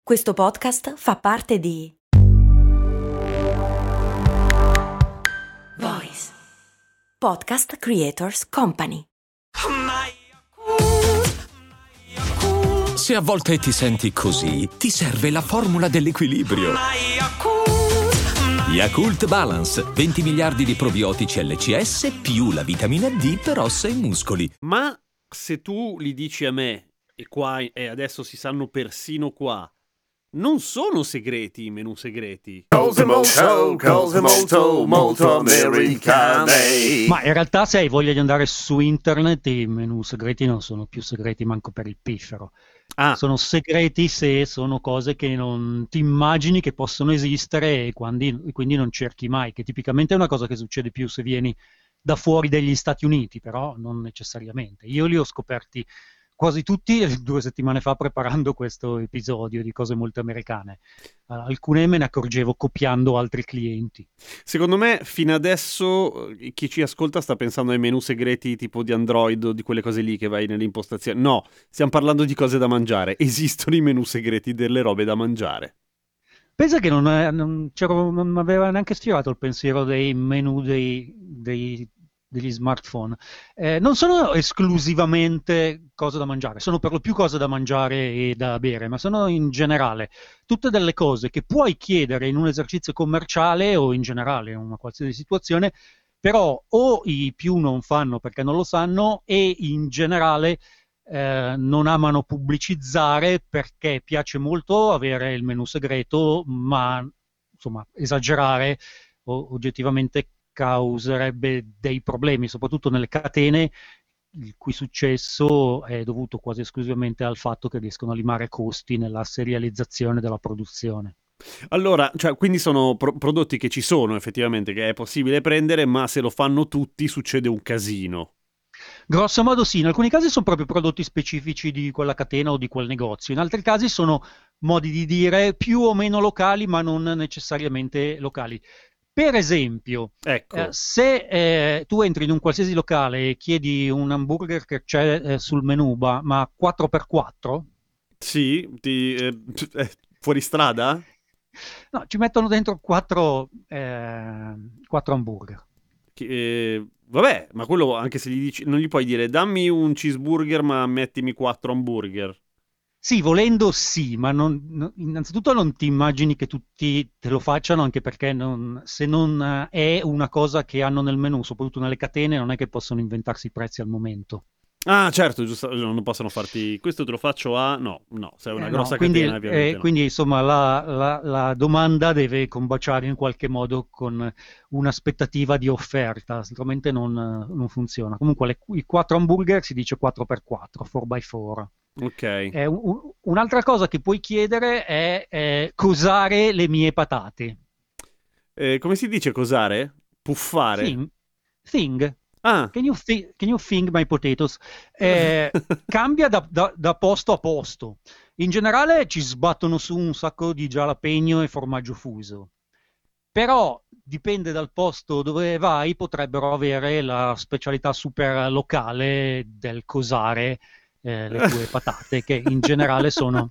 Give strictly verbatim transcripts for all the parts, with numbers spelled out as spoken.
Questo podcast fa parte di Voice Podcast Creators Company. Se a volte ti senti così, ti serve la formula dell'equilibrio. Yakult Balance, venti miliardi di probiotici L C S più la vitamina D per ossa e muscoli. Ma se tu li dici a me, e qua e adesso si sanno persino qua, non sono segreti i menù segreti. Cose molto, cose molto, molto americane. Ma in realtà se hai voglia di andare su internet i menù segreti non sono più segreti manco per il piffero. Ah, Sono segreti se sono cose che non ti immagini che possono esistere e quindi, quindi non cerchi mai, che tipicamente è una cosa che succede più se vieni da fuori degli Stati Uniti, però non necessariamente. Io li ho scoperti quasi tutti due settimane fa preparando questo episodio di cose molto americane. Uh, alcune me ne accorgevo copiando altri clienti. secondo me fino adesso eh, chi ci ascolta sta pensando ai menù segreti tipo di Android o di quelle cose lì che vai nelle impostazioni. No, stiamo parlando di cose da mangiare. Esistono i menù segreti delle robe da mangiare. Pensa che non, è- non, c'ero- non mi aveva neanche sfiorato il pensiero dei menu dei, dei- degli smartphone. Eh, non sono esclusivamente cose da mangiare, sono per lo più cose da mangiare e da bere, ma sono in generale tutte delle cose che puoi chiedere in un esercizio commerciale o in generale in una qualsiasi situazione, però o i più non fanno perché non lo sanno e in generale eh, non amano pubblicizzare perché piace molto avere il menu segreto, ma insomma esagerare o- oggettivamente causerebbe dei problemi, soprattutto nelle catene, il cui successo è dovuto quasi esclusivamente al fatto che riescono a limare costi nella serializzazione della produzione. Allora, cioè, quindi sono pro- prodotti che ci sono effettivamente, che è possibile prendere, ma se lo fanno tutti succede un casino. Grosso modo sì, in alcuni casi sono proprio prodotti specifici di quella catena o di quel negozio, in altri casi sono modi di dire più o meno locali, ma non necessariamente locali. Per esempio, eh, Ecco, se eh, tu entri in un qualsiasi locale e chiedi un hamburger che c'è eh, sul menù, ma, ma quattro per quattro, sì, ti, eh, eh, fuori strada? no, ci mettono dentro quattro, eh, quattro hamburger. Che- eh, vabbè, ma quello anche se gli dici, non gli puoi dire dammi un cheeseburger ma mettimi quattro hamburger. Sì, volendo sì, ma non- non- innanzitutto non ti immagini che tutti te lo facciano, anche perché non- se non eh, è una cosa che hanno nel menù, soprattutto nelle catene, non è che possono inventarsi i prezzi al momento. Ah, certo, giusto, non possono farti questo te lo faccio a no, no, se è una Eh, no, grossa quindi, catena ovviamente eh, no. quindi, insomma la, la- la domanda deve combaciare in qualche modo con un'aspettativa di offerta, altrimenti non, non funziona. Comunque le- i quattro hamburger si dice quattro per quattro, quattro by quattro. Ok. Eh, un- un'altra cosa che puoi chiedere è eh, cosare le mie patate. Eh, come si dice cosare? Puffare? Thing, thing. Ah. Can you, thi- can you thing my potatoes? Eh, cambia da, da- da posto a posto. In generale ci sbattono su un sacco di jalapeno e formaggio fuso. Però dipende dal posto dove vai, potrebbero avere la specialità super locale del cosare eh, le tue patate, che in generale sono,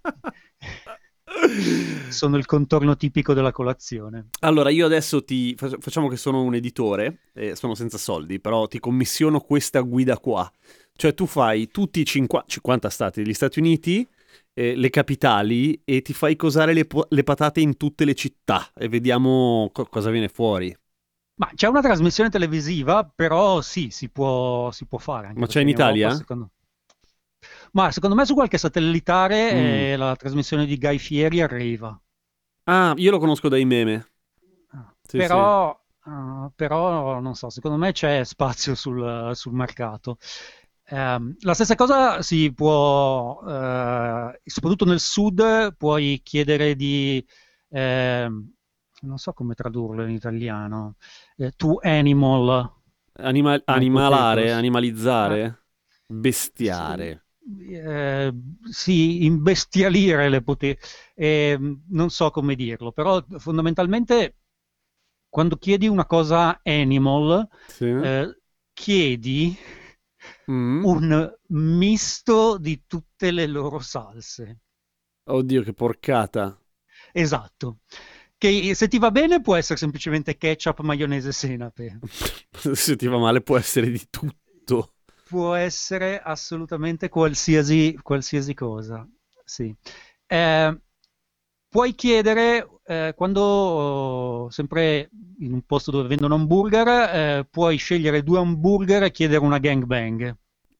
sono il contorno tipico della colazione. Allora, io adesso ti fac- facciamo che sono un editore, e sono senza soldi, però ti commissiono questa guida qua. Cioè tu fai tutti i cinquanta, cinquanta stati degli Stati Uniti, eh, le capitali, e ti fai cosare le, po- le patate in tutte le città e vediamo co- cosa viene fuori. Ma c'è una trasmissione televisiva, però sì, si può, si può fare. Anche Ma c'è perché in in Europa, Italia? secondo... Ma secondo me su qualche satellitare Mm. eh, la trasmissione di Guy Fieri arriva. Ah, io lo conosco dai meme. Ah, Sì, sì. Però, ah, però, non so, secondo me c'è spazio sul, sul mercato. Ehm, la stessa cosa si può, eh, soprattutto nel sud, puoi chiedere di, ehm, non so come tradurlo in italiano, eh, to animal Anima- my animalare, potatoes. Ah, animalizzare, sì, bestiare. eh, sì, imbestialire le poteri, non so come dirlo, però fondamentalmente quando chiedi una cosa animal, Sì. eh, chiedi Mm. un misto di tutte le loro salse. Oddio, che porcata. Esatto. Che se ti va bene può essere semplicemente ketchup, maionese, senape. Se ti va male può essere di tutto. Può essere assolutamente qualsiasi, qualsiasi cosa. Sì. Eh, puoi chiedere, eh, quando oh, sempre in un posto dove vendono hamburger, eh, puoi scegliere due hamburger e chiedere una gangbang.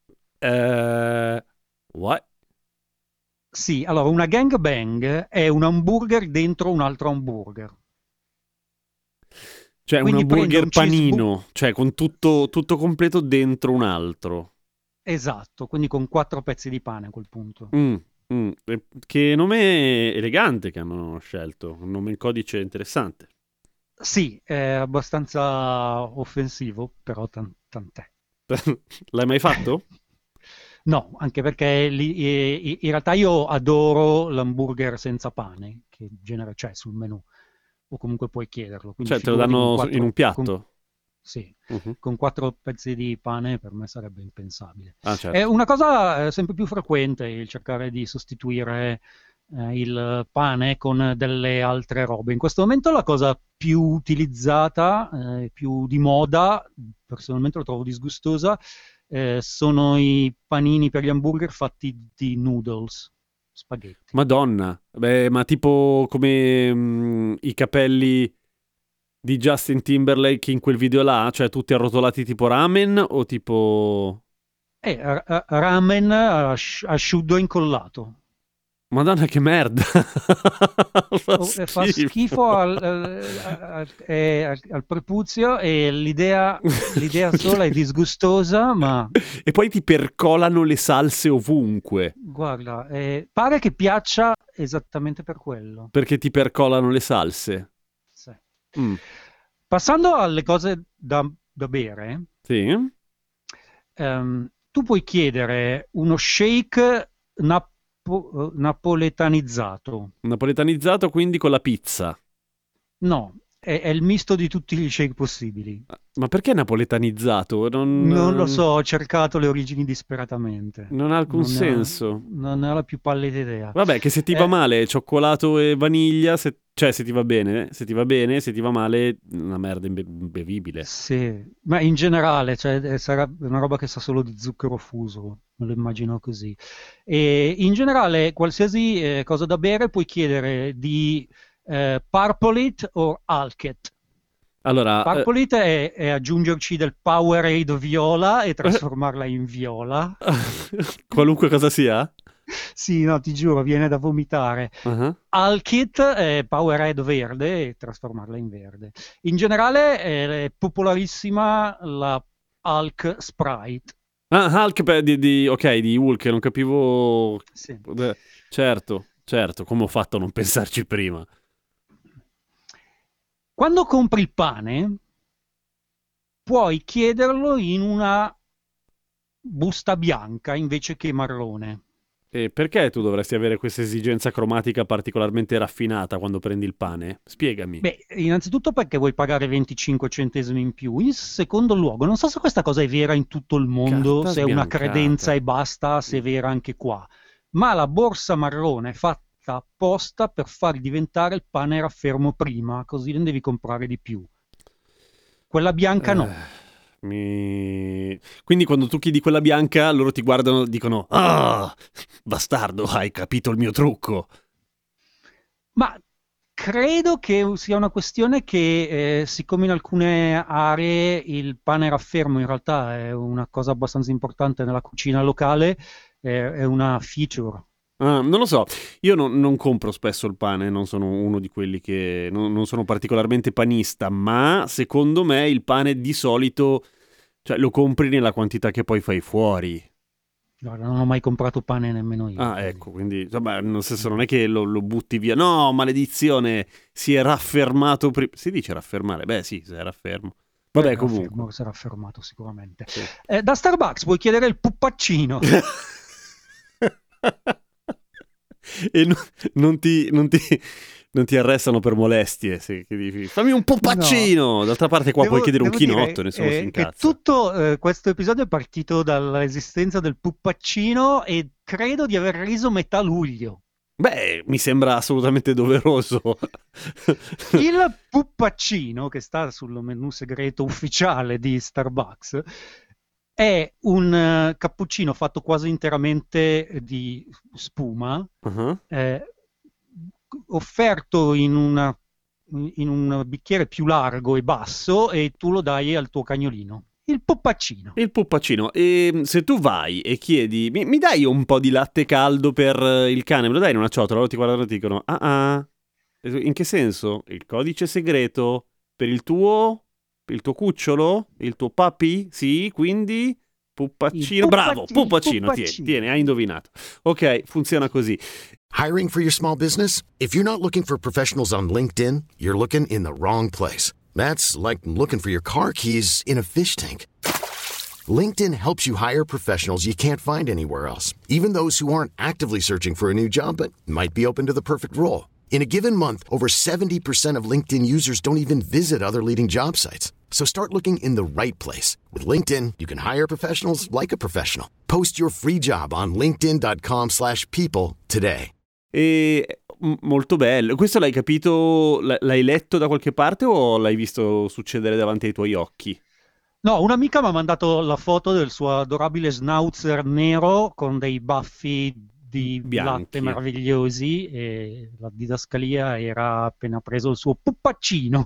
Eh, what? Sì, allora una gangbang è un hamburger dentro un altro hamburger. Cioè un Quindi prende hamburger un cheeseburger. panino, cioè con tutto, tutto completo dentro un altro. Esatto, quindi con quattro pezzi di pane a quel punto. Mm, mm. Eh, Che nome elegante che hanno scelto, un nome in codice interessante. Sì, è abbastanza offensivo, però tan- tant'è. L'hai mai fatto? No, anche perché li- eh, in realtà io adoro l'hamburger senza pane, che in genere c'è sul menù, o comunque puoi chiederlo. Quindi Cioè te lo figurati con danno quattro, in un con- piatto? sì, Mhm. con quattro pezzi di pane per me sarebbe impensabile. Ah, È certo. una cosa eh, sempre più frequente il cercare di sostituire eh, il pane con delle altre robe. In questo momento la cosa più utilizzata, eh, più di moda, personalmente lo trovo disgustosa, eh, sono i panini per gli hamburger fatti di noodles, spaghetti. Madonna. Beh, ma tipo come mm, i capelli di Justin Timberlake in quel video là? Cioè tutti arrotolati tipo ramen o tipo... E ra- ra- ramen asci- asciutto incollato. Madonna che merda. Fa Oh, eh, fa schifo. schifo al, al- al- eh, al- al prepuzio e l'idea, l'idea sola è disgustosa, ma E poi ti percolano le salse ovunque. guarda, eh, pare che piaccia esattamente per quello. Perché ti percolano le salse. Sì. Mm. Passando alle cose da, da bere, Sì? ehm, tu puoi chiedere uno shake napo- napoletanizzato. Napoletanizzato quindi con la pizza. No, è, è il misto di tutti gli shake possibili. Ma perché napoletanizzato? Non, Non lo so, ho cercato le origini disperatamente. Non ha alcun Non ne ho- senso. non ne ho la più pallida idea. Vabbè, che se ti va Eh, male cioccolato e vaniglia, se- cioè se ti va bene, se ti va bene, se ti va male, una merda imbe- imbevibile. Sì, ma in generale, cioè, eh, sarà una roba che sa solo di zucchero fuso, me lo immagino così. E in generale, qualsiasi eh, cosa da bere puoi chiedere di eh, Purple It o Alket. Allora, eh, Purple It è, è aggiungerci del Powerade viola e trasformarla in viola. qualunque cosa sia? Sì, no, ti giuro, viene da vomitare. Ah. Alkit è Powerade verde e trasformarla in verde. In generale è popolarissima la Hulk Sprite. Ah, Hulk, beh, di, di- ok, di Hulk, non capivo... Sì. Beh, certo, certo, come ho fatto a non pensarci prima? Quando compri il pane, puoi chiederlo in una busta bianca invece che marrone. E perché tu dovresti avere questa esigenza cromatica particolarmente raffinata quando prendi il pane? Spiegami. Beh, innanzitutto perché vuoi pagare venticinque centesimi in più. In secondo luogo, non so se questa cosa è vera in tutto il mondo, Carta se è una sbiancata. credenza e basta, se è vera anche qua. Ma la borsa marrone è fatta apposta per far diventare il pane raffermo prima, così ne devi comprare di più. Quella bianca no. Eh, mi- Quindi quando tu chiedi quella bianca, loro ti guardano e dicono: ah, bastardo, hai capito il mio trucco. Ma credo che sia una questione che, eh, siccome in alcune aree il pane raffermo in realtà è una cosa abbastanza importante nella cucina locale, eh, è una feature. Ah, non lo so, io non, non compro spesso il pane, non sono uno di quelli che... Non, non sono particolarmente panista, ma secondo me il pane di solito, cioè, lo compri nella quantità che poi fai fuori. Guarda, non ho mai comprato pane nemmeno io. Ah, quindi. ecco, quindi, insomma, nel senso non è che lo, lo butti via. No, maledizione, si è raffermato prima. Si dice raffermare? Beh, sì, si è raffermo. Vabbè, Eh, comunque. raffermo, sarà fermato sicuramente. Sì. Eh, da Starbucks puoi chiedere il pupaccino. E no- non, ti, non, ti, non ti arrestano per molestie. Se, che dici, fammi un pupaccino. D'altra parte, qua Devo- puoi chiedere un devo dire, chinotto, nessuno eh, si che incazza. tutto eh, questo episodio è partito dall'esistenza del pupaccino e credo di aver riso metà luglio. Beh, mi sembra assolutamente doveroso. Il puppaccino, che sta sul menù segreto ufficiale di Starbucks, è un eh, cappuccino fatto quasi interamente di spuma, Uh-huh. eh, offerto in una- in un bicchiere più largo e basso, e tu lo dai al tuo cagnolino. Il puppaccino. Il puppaccino. E se tu vai e chiedi, mi, mi dai un po' di latte caldo per eh, il cane, me lo dai in una ciotola? Loro ti guardano e ti dicono, ah ah, in che senso? Il codice segreto per il tuo, il tuo cucciolo, il tuo papi? Sì, quindi Il puppaccino. puppa- Bravo, il puppaccino, tieni, puppaccino. tieni, hai indovinato. Ok, funziona così. Hiring for your small business? If you're not looking for professionals on LinkedIn, you're looking in the wrong place. That's like looking for your car keys in a fish tank. LinkedIn helps you hire professionals you can't find anywhere else, even those who aren't actively searching for a new job but might be open to the perfect role. In a given month, over seventy percent of LinkedIn users don't even visit other leading job sites. So start looking in the right place. With LinkedIn, you can hire professionals like a professional. Post your free job on linkedin.com slash people today. E m- molto bello. Questo l'hai capito, l- l'hai letto da qualche parte o l'hai visto succedere davanti ai tuoi occhi? No, un'amica mi ha mandato la foto del suo adorabile schnauzer nero con dei baffi di Bianchi. latte meravigliosi, e la didascalia era appena preso il suo puppaccino.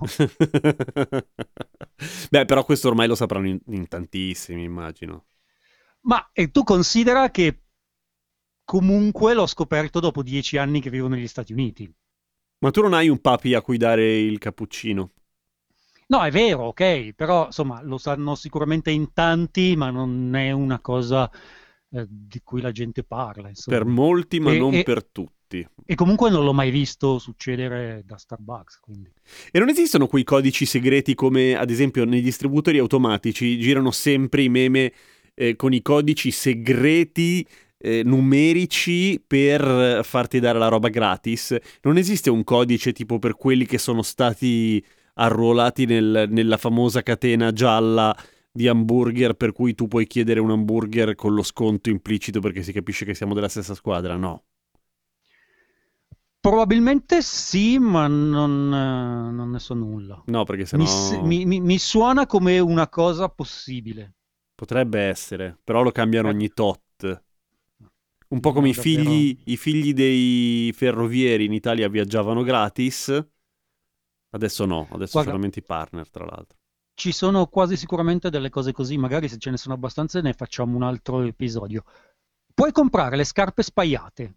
Beh, però questo ormai lo sapranno in, in tantissimi, immagino. Ma e tu considera che comunque l'ho scoperto dopo dieci anni che vivo negli Stati Uniti. Ma tu non hai un papi a cui dare il cappuccino? No, è vero, ok, però insomma lo sanno sicuramente in tanti, ma non è una cosa eh, di cui la gente parla, insomma. Per molti, ma E- non e- per tutti. E comunque non l'ho mai visto succedere da Starbucks, quindi. E non esistono quei codici segreti come, ad esempio, nei distributori automatici girano sempre i meme eh, con i codici segreti eh, numerici per eh, farti dare la roba gratis. Non esiste un codice tipo per quelli che sono stati arruolati nel- nella famosa catena gialla di hamburger, per cui tu puoi chiedere un hamburger con lo sconto implicito perché si capisce che siamo della stessa squadra? No. Probabilmente sì, ma non, eh, non ne so nulla. No, perché sennò Mi, s- mi- mi- mi suona come una cosa possibile. potrebbe essere, però lo cambiano Eh. ogni tot. Un po' No, come i davvero. figli, i figli dei ferrovieri in Italia viaggiavano gratis, adesso no, adesso Guarda, solamente i partner, tra l'altro. ci sono quasi sicuramente delle cose così, magari se ce ne sono abbastanza ne facciamo un altro episodio. Puoi comprare le scarpe spaiate.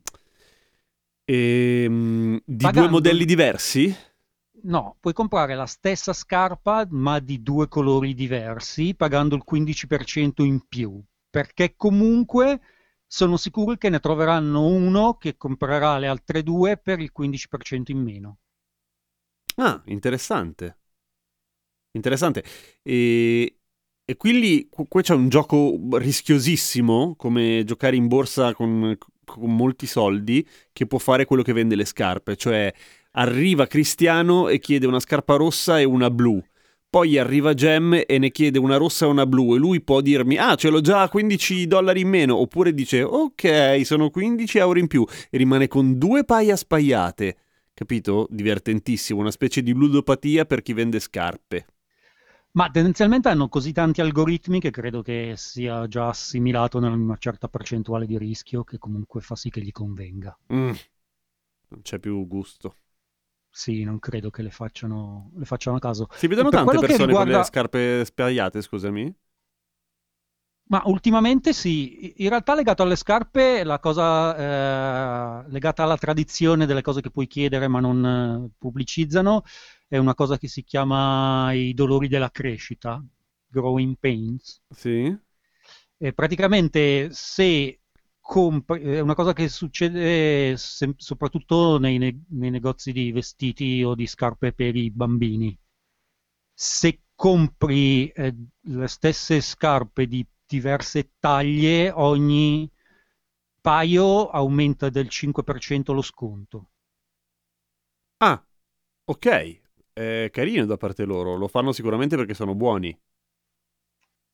Ehm, di due Pagando- modelli diversi? No, puoi comprare la stessa scarpa ma di due colori diversi pagando il quindici per cento in più, perché comunque sono sicuri che ne troveranno uno che comprerà le altre due per il quindici per cento in meno. Ah, interessante. Interessante. E, e quindi qu- qua c'è un gioco rischiosissimo, come giocare in borsa con, con molti soldi, che può fare quello che vende le scarpe. Cioè, arriva Cristiano e chiede una scarpa rossa e una blu. Poi arriva Gem e ne chiede una rossa e una blu. E lui può dirmi, ah, ce l'ho già a quindici dollari in meno. Oppure dice, ok, sono quindici euro in più. E rimane con due paia spaiate. Capito? Divertentissimo, una specie di ludopatia per chi vende scarpe. Ma tendenzialmente hanno così tanti algoritmi che credo che sia già assimilato in una certa percentuale di rischio che comunque fa sì che gli convenga. Mm, non c'è più gusto. Sì, non credo che le facciano, le facciano a caso. Si vedono E per tante quello che persone con le riguarda- scarpe spaiate, scusami. Ma ultimamente sì, in realtà legato alle scarpe, la cosa eh, legata alla tradizione delle cose che puoi chiedere ma non eh, pubblicizzano, è una cosa che si chiama i dolori della crescita, growing pains. Sì? E praticamente se compri, è una cosa che succede sem- soprattutto nei, ne- nei negozi di vestiti o di scarpe per i bambini. Se compri eh, le stesse scarpe di diverse taglie, ogni paio aumenta del cinque per cento lo sconto. Ah, ok. È carino da parte loro. Lo fanno sicuramente perché sono buoni.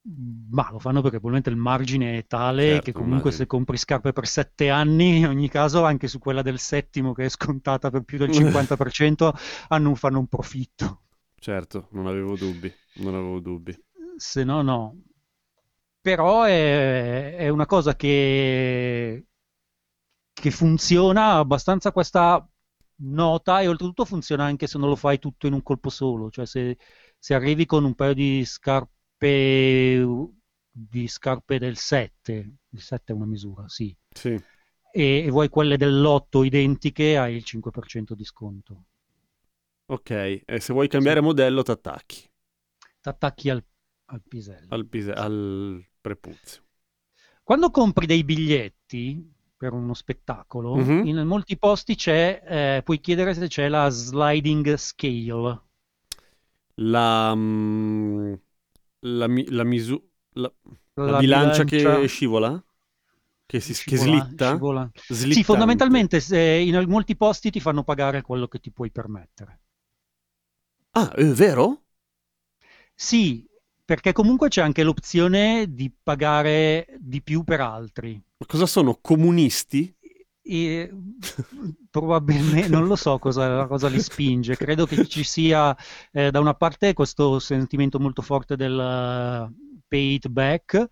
Ma lo fanno perché probabilmente il margine è tale Certo, che comunque immagino. se compri scarpe per sette anni, in ogni caso anche su quella del settimo che è scontata per più del cinquanta per cento hanno, fanno un profitto. Certo, non avevo dubbi, non avevo dubbi. Se no, no. Però è, è una cosa che, che funziona abbastanza questa nota e oltretutto funziona anche se non lo fai tutto in un colpo solo. Cioè se, se arrivi con un paio di scarpe, di scarpe del sette, il sette è una misura, sì, Sì, e, e vuoi quelle dell'otto identiche, hai il cinque per cento di sconto. ok. E se vuoi Sì. cambiare modello, t'attacchi T'attacchi al, al pisello. al, pise- al prepuzio. Quando compri dei biglietti per uno spettacolo, Mhm. in molti posti c'è, eh, puoi chiedere se c'è la sliding scale. La, mm, la, mi- la misu- la, la La bilancia bilancia che scivola? Che, si, che scivola, slitta? scivola. Sì, Slittante. fondamentalmente se in al- molti posti ti fanno pagare quello che ti puoi permettere. Ah, è vero? Sì, perché comunque c'è anche l'opzione di pagare di più per altri. Ma cosa sono? Comunisti? E, probabilmente non lo so cosa, cosa li spinge. Credo che ci sia eh, da una parte questo sentimento molto forte del eh, pay it back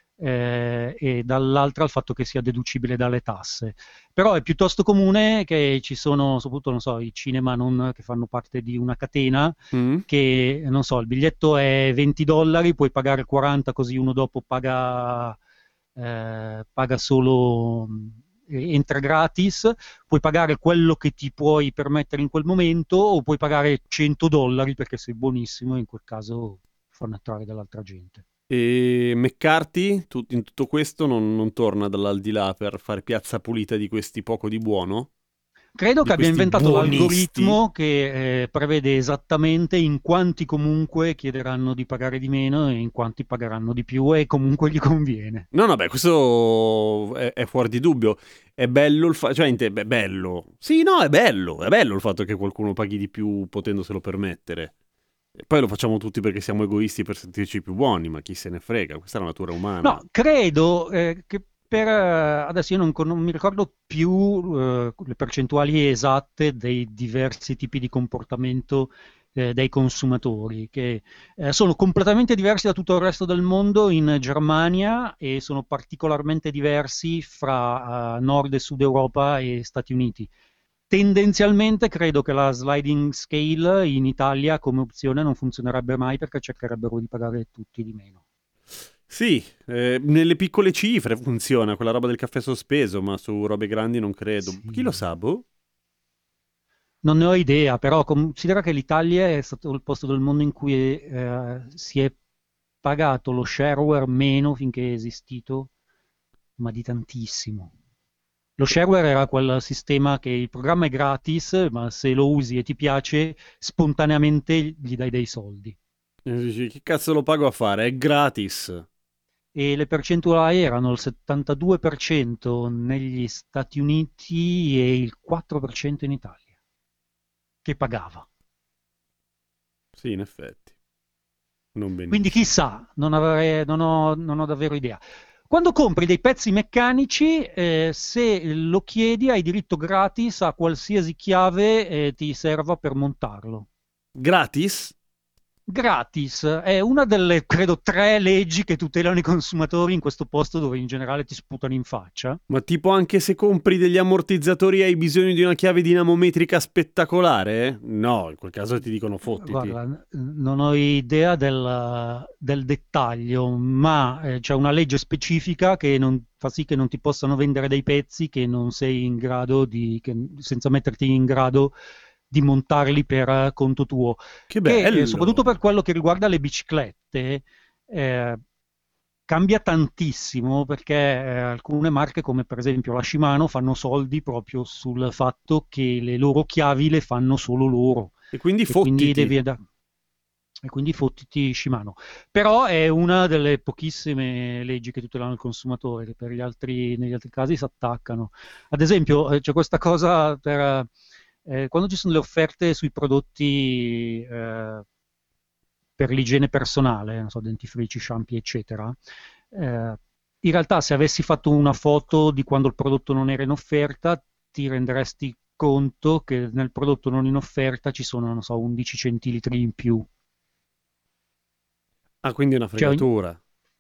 eh, e dall'altra il fatto che sia deducibile dalle tasse. Però è piuttosto comune che ci sono, soprattutto, non so, i cinema non, che fanno parte di una catena Mm? che, non so, il biglietto è venti dollari, puoi pagare quaranta così uno dopo paga, eh, paga solo, eh, entra gratis, puoi pagare quello che ti puoi permettere in quel momento o puoi pagare cento dollari perché sei buonissimo e in quel caso fanno entrare dell'altra gente. E McCarthy, tu- in tutto questo, non, non torna dall'aldilà per fare piazza pulita di questi poco di buono? Credo Di che abbia questi inventato buonisti? l'algoritmo che eh, prevede esattamente in quanti comunque chiederanno di pagare di meno e in quanti pagheranno di più e comunque gli conviene. No, no, beh, questo è, è fuori di dubbio. È bello il fatto, cioè, inte- beh, bello. Sì, no, è bello, è bello il fatto che qualcuno paghi di più potendoselo permettere. E poi lo facciamo tutti perché siamo egoisti per sentirci più buoni, ma chi se ne frega, questa è la natura umana. No, credo eh, che per eh, adesso io non, con- non mi ricordo più eh, le percentuali esatte dei diversi tipi di comportamento eh, dei consumatori, che eh, sono completamente diversi da tutto il resto del mondo in Germania e sono particolarmente diversi fra eh, Nord e Sud Europa e Stati Uniti. Tendenzialmente credo che la sliding scale in Italia come opzione non funzionerebbe mai perché cercherebbero di pagare tutti di meno. Sì, eh, nelle piccole cifre funziona quella roba del caffè sospeso, ma su robe grandi non credo. Chi lo Sì. sa, boh? Non ne ho idea, però considera che l'Italia è stato il posto del mondo in cui eh, si è pagato lo shareware meno finché è esistito, ma di tantissimo. Lo shareware era quel sistema che il programma è gratis, ma se lo usi e ti piace, spontaneamente gli dai dei soldi. E dici, che cazzo lo pago a fare? È gratis. E le percentuali erano il settantadue per cento negli Stati Uniti e il quattro per cento in Italia, che pagava. Sì, in effetti. Non Quindi benissimo. chissà, non, avrei, non, ho, non ho davvero idea. Quando compri dei pezzi meccanici, eh, se lo chiedi, hai diritto gratis a qualsiasi chiave eh, ti serva per montarlo. Gratis? Gratis, è una delle, credo, tre leggi che tutelano i consumatori in questo posto dove in generale ti sputano in faccia. Ma tipo anche se compri degli ammortizzatori e hai bisogno di una chiave dinamometrica spettacolare? No, in quel caso ti dicono fottiti. Guarda, n- non ho idea del, del dettaglio, ma eh, c'è una legge specifica che non, fa sì che non ti possano vendere dei pezzi che non sei in grado di, che- senza metterti in grado di montarli per eh, conto tuo. Che Che eh, bello! soprattutto per quello che riguarda le biciclette, eh, cambia tantissimo perché eh, alcune marche, come per esempio la Shimano, fanno soldi proprio sul fatto che le loro chiavi le fanno solo loro E quindi e quindi fottiti. devi da- e quindi fottiti Shimano. Però è una delle pochissime leggi che tutelano il consumatore, che per gli altri, negli altri casi si attaccano. Ad esempio, eh, c'è questa cosa per, eh, quando ci sono le offerte sui prodotti eh, per l'igiene personale, non so, dentifrici, shampoo, eccetera, eh, in realtà se avessi fatto una foto di quando il prodotto non era in offerta, ti renderesti conto che nel prodotto non in offerta ci sono, non so, undici centilitri in più. Ah, quindi è una Cioè, ogni- fregatura.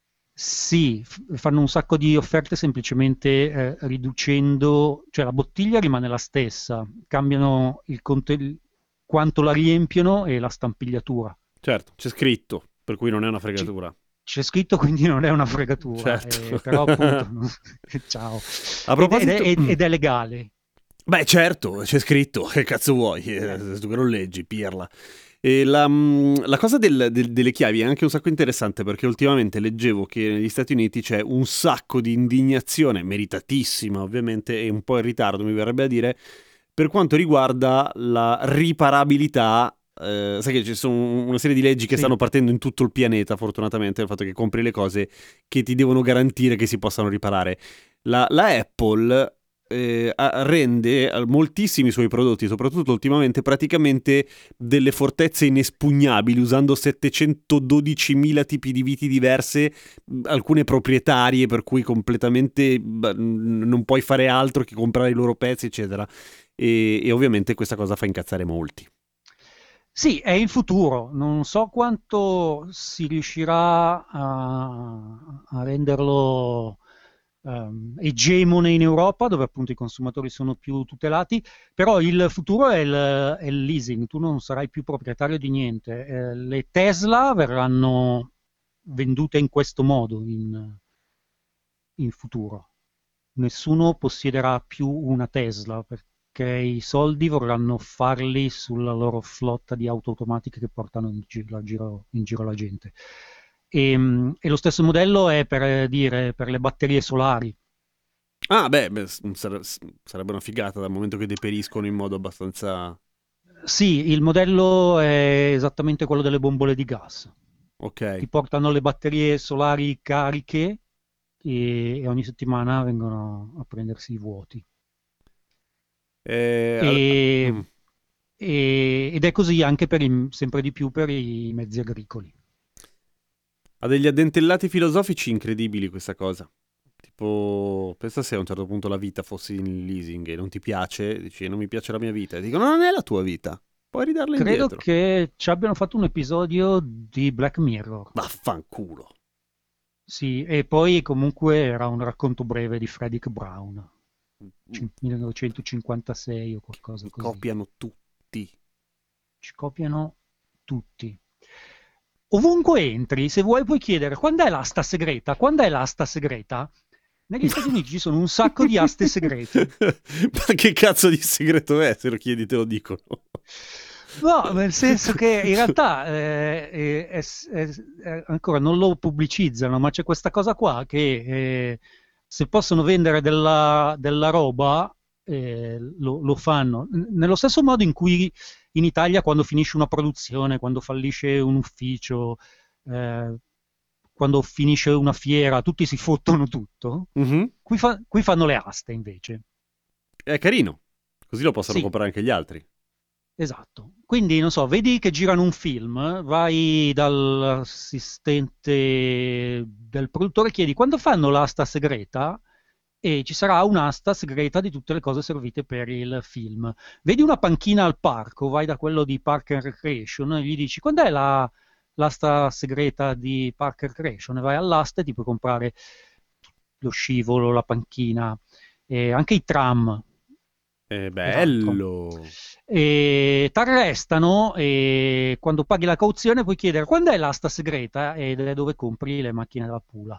Sì, f- fanno un sacco di offerte semplicemente eh, riducendo, cioè la bottiglia rimane la stessa, cambiano il conte- il- quanto la riempiono e la stampigliatura. Certo, c'è scritto, per cui non è una Ci- fregatura. C'è scritto quindi non è una fregatura, Certo. eh, però appunto, no, ciao. A Ed, ed è, proposito... ed- ed è legale. Beh, certo, c'è scritto, che cazzo vuoi? Eh, tu che non leggi, pirla. E la, mh, la cosa del- del- delle chiavi è anche un sacco interessante perché ultimamente leggevo che negli Stati Uniti c'è un sacco di indignazione, meritatissima ovviamente, e un po' in ritardo mi verrebbe a dire, per quanto riguarda la riparabilità. Eh, sai che ci sono una serie di leggi che Sì. stanno partendo in tutto il pianeta, fortunatamente, il fatto che compri le cose che ti devono garantire che si possano riparare. La, la Apple eh, a- rende eh, moltissimi suoi prodotti, soprattutto ultimamente, praticamente delle fortezze inespugnabili, usando settecentododicimila tipi di viti diverse, mh, alcune proprietarie, per cui completamente beh, n- non puoi fare altro che comprare i loro pezzi, eccetera. E, e ovviamente questa cosa fa incazzare molti. Sì, è il futuro. Non so quanto si riuscirà a, a renderlo ehm, egemone in Europa, dove appunto i consumatori sono più tutelati, però il futuro è il, è il leasing. Tu non sarai più proprietario di niente. Eh, le Tesla verranno vendute in questo modo in, in futuro. Nessuno possiederà più una Tesla perché i soldi vorranno farli sulla loro flotta di auto automatiche che portano in giro, giro- in giro la gente. E, mm, e lo stesso modello è per eh, dire per le batterie solari. Ah, beh, beh, s- sare- s- sarebbe una figata dal momento che deperiscono in modo abbastanza... Sì, il modello è esattamente quello delle bombole di gas. Ok. Ti portano le batterie solari cariche e, e ogni settimana vengono a prendersi i vuoti. Eh, al- E, mm. e- ed è così anche per i- sempre di più per i mezzi agricoli. Ha degli addentellati filosofici incredibili questa cosa. Tipo, pensa se a un certo punto la vita fosse in leasing e non ti piace, dici non mi piace la mia vita, e dicono non è la tua vita, puoi ridarla Credo indietro. che ci abbiano fatto un episodio di Black Mirror. Vaffanculo. Sì, e poi comunque era un racconto breve di Frederick Brown, cin- millenovecentocinquantasei o qualcosa così. Copiano tutti. Ci copiano tutti. Ovunque entri, se vuoi puoi chiedere quando è l'asta segreta, quando è l'asta segreta? Negli Stati Uniti ci sono un sacco di aste segrete. Ma che cazzo di segreto è? Se lo chiedi te lo dicono. No, nel senso che in realtà eh, eh, è- è- è- ancora non lo pubblicizzano, ma c'è questa cosa qua che eh, se possono vendere della, della roba eh, lo, lo fanno. N- Nello stesso modo in cui in Italia quando finisce una produzione, quando fallisce un ufficio, eh, quando finisce una fiera, tutti si fottono tutto. Mhm. Qui, fa- qui fanno le aste invece. È carino. Così lo possono Sì. comprare anche gli altri. Esatto. Quindi, non so, vedi che girano un film, vai dall'assistente del produttore e chiedi quando fanno l'asta segreta e ci sarà un'asta segreta di tutte le cose servite per il film. Vedi una panchina al parco, vai da quello di Park and Recreation e gli dici quando è la, l'asta segreta di Park and Recreation e vai all'asta e ti puoi comprare lo scivolo, la panchina, e anche i tram. È bello. E t'arrestano e quando paghi la cauzione puoi chiedere quando è l'asta segreta ed è dove compri le macchine della Pula.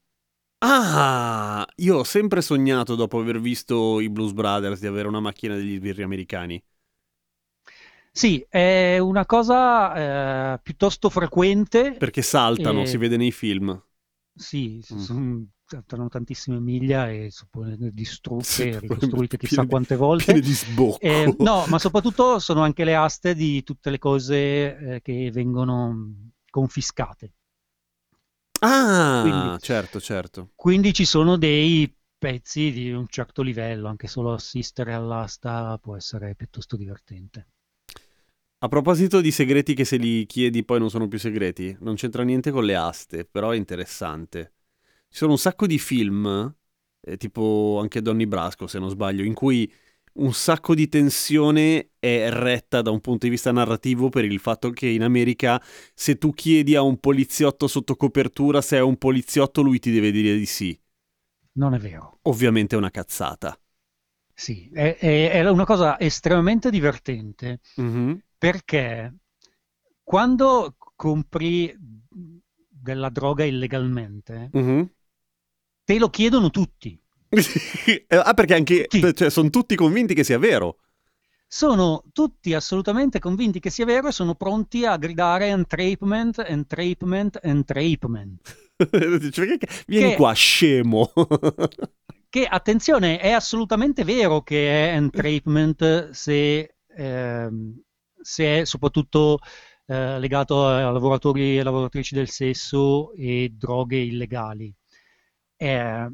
Ah, io ho sempre sognato, dopo aver visto i Blues Brothers, di avere una macchina degli sbirri americani. Sì, è una cosa eh, piuttosto frequente. Perché saltano, e- si vede nei film. Sì, Mm. sono, saltano tantissime miglia e sono distrutte Sì, e ricostruite chissà piene di- quante volte. piene di sbocco. Eh, no, ma soprattutto sono anche le aste di tutte le cose eh, che vengono mh, confiscate. Ah, Quindi- certo, certo. Quindi ci sono dei pezzi di un certo livello, anche solo assistere all'asta può essere piuttosto divertente. A proposito di segreti che se li chiedi poi non sono più segreti, non c'entra niente con le aste, però è interessante. Ci sono un sacco di film, eh, tipo anche Donnie Brasco se non sbaglio, in cui un sacco di tensione è retta da un punto di vista narrativo per il fatto che in America se tu chiedi a un poliziotto sotto copertura se è un poliziotto lui ti deve dire di sì. Non è vero. Ovviamente è una cazzata. Sì, è, è- è una cosa estremamente divertente Mhm. perché quando compri della droga illegalmente, Mhm. te lo chiedono tutti. Ah, perché anche Tutti. cioè, sono tutti convinti che sia vero. Sono tutti assolutamente convinti che sia vero e sono pronti a gridare entrapment, entrapment, entrapment. Cioè, che- Vieni Che- qua, scemo. Che, attenzione, è assolutamente vero che è entrapment se, ehm, se è soprattutto eh, legato a lavoratori e lavoratrici del sesso e droghe illegali. Eh,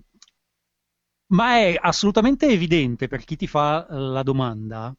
ma è assolutamente evidente per chi ti fa la domanda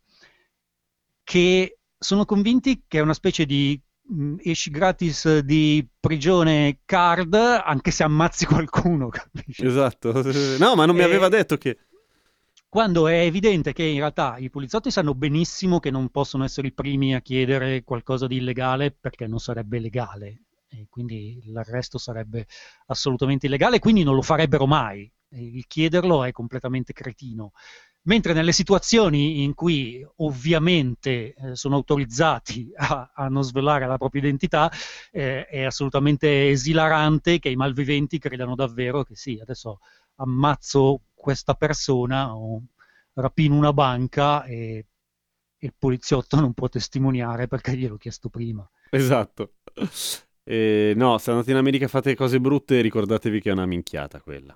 che sono convinti che è una specie di mh, esci gratis di prigione card anche se ammazzi qualcuno, capisci? Esatto. No, ma non mi Eh, aveva detto che... Quando è evidente che in realtà i poliziotti sanno benissimo che non possono essere i primi a chiedere qualcosa di illegale perché non sarebbe legale e quindi l'arresto sarebbe assolutamente illegale, quindi non lo farebbero mai. E il chiederlo è completamente cretino. Mentre nelle situazioni in cui ovviamente eh, sono autorizzati a, a non svelare la propria identità, eh, è assolutamente esilarante che i malviventi credano davvero che sì, adesso ammazzo questa persona o rapino una banca e e il poliziotto non può testimoniare perché gliel'ho chiesto prima. Esatto. Eh, no, se andate in America e fate cose brutte, ricordatevi che è una minchiata quella.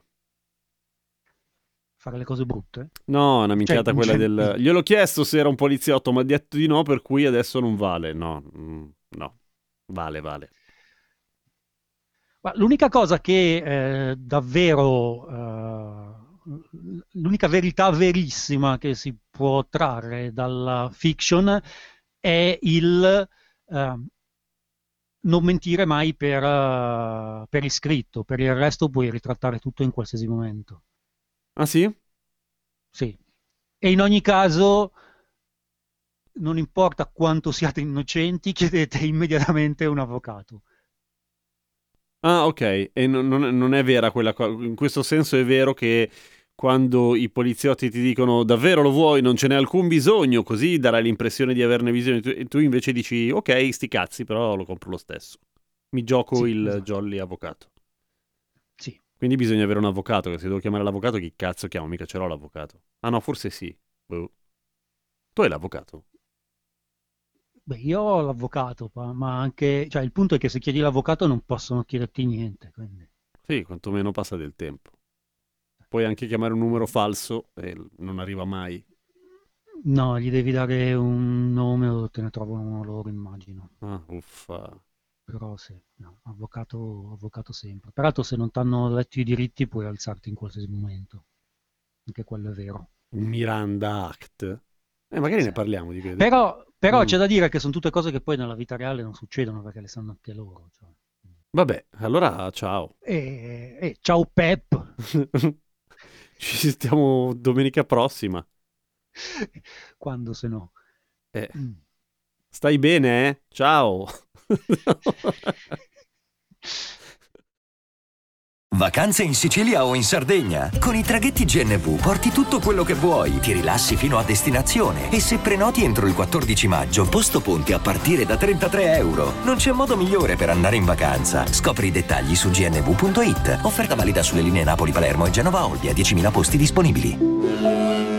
Fare le cose brutte? No, è una minchiata Cioè, quella cioè, del... Gliel'ho chiesto se era un poliziotto, ma ha detto di no, per cui adesso non vale. No, mm, no. Vale, vale. Ma l'unica cosa che eh, davvero, eh, l'unica verità verissima che si può trarre dalla fiction è il eh, non mentire mai per, eh, per iscritto, per il resto puoi ritrattare tutto in qualsiasi momento. Ah sì? Sì. E in ogni caso, non importa quanto siate innocenti, chiedete immediatamente un avvocato. Ah, ok. E non, non- non è vera quella cosa. In questo senso è vero che quando i poliziotti ti dicono davvero lo vuoi, non ce n'è alcun bisogno, così darai l'impressione di averne bisogno. Tu- E tu invece dici ok, sti cazzi, però lo compro lo stesso. Mi gioco Sì, il esatto. jolly avvocato. Sì. Quindi bisogna avere un avvocato, che se devo chiamare l'avvocato, chi cazzo chiamo? Mica ce l'ho l'avvocato. Ah no, forse sì. Boh. Tu hai l'avvocato? Beh, io ho l'avvocato, pa- ma anche, cioè il punto è che se chiedi l'avvocato non possono chiederti niente, quindi. Sì, quantomeno passa del tempo. Puoi anche chiamare un numero falso e non arriva mai. No, gli devi dare un nome o te ne trovano uno loro, immagino. Ah, uffa. Però sì, no, avvocato, avvocato sempre. Peraltro se non ti hanno letto i diritti puoi alzarti in qualsiasi momento. Anche quello è vero. Miranda Act? Eh, magari Sì. ne parliamo di quello. Però, però Mm. c'è da dire che sono tutte cose che poi nella vita reale non succedono perché le sanno anche loro. Cioè. Vabbè, allora ciao. E, e ciao Pep! Ci sentiamo domenica prossima. Quando se no. Eh, Mm. stai bene, eh? Ciao. Vacanze in Sicilia o in Sardegna? Con i traghetti G N V porti tutto quello che vuoi, ti rilassi fino a destinazione e se prenoti entro il quattordici maggio, posto ponti a partire da trentatré euro. Non c'è modo migliore per andare in vacanza. Scopri i dettagli su g n v punto i t. Offerta valida sulle linee Napoli-Palermo e Genova-Olbia, diecimila posti disponibili.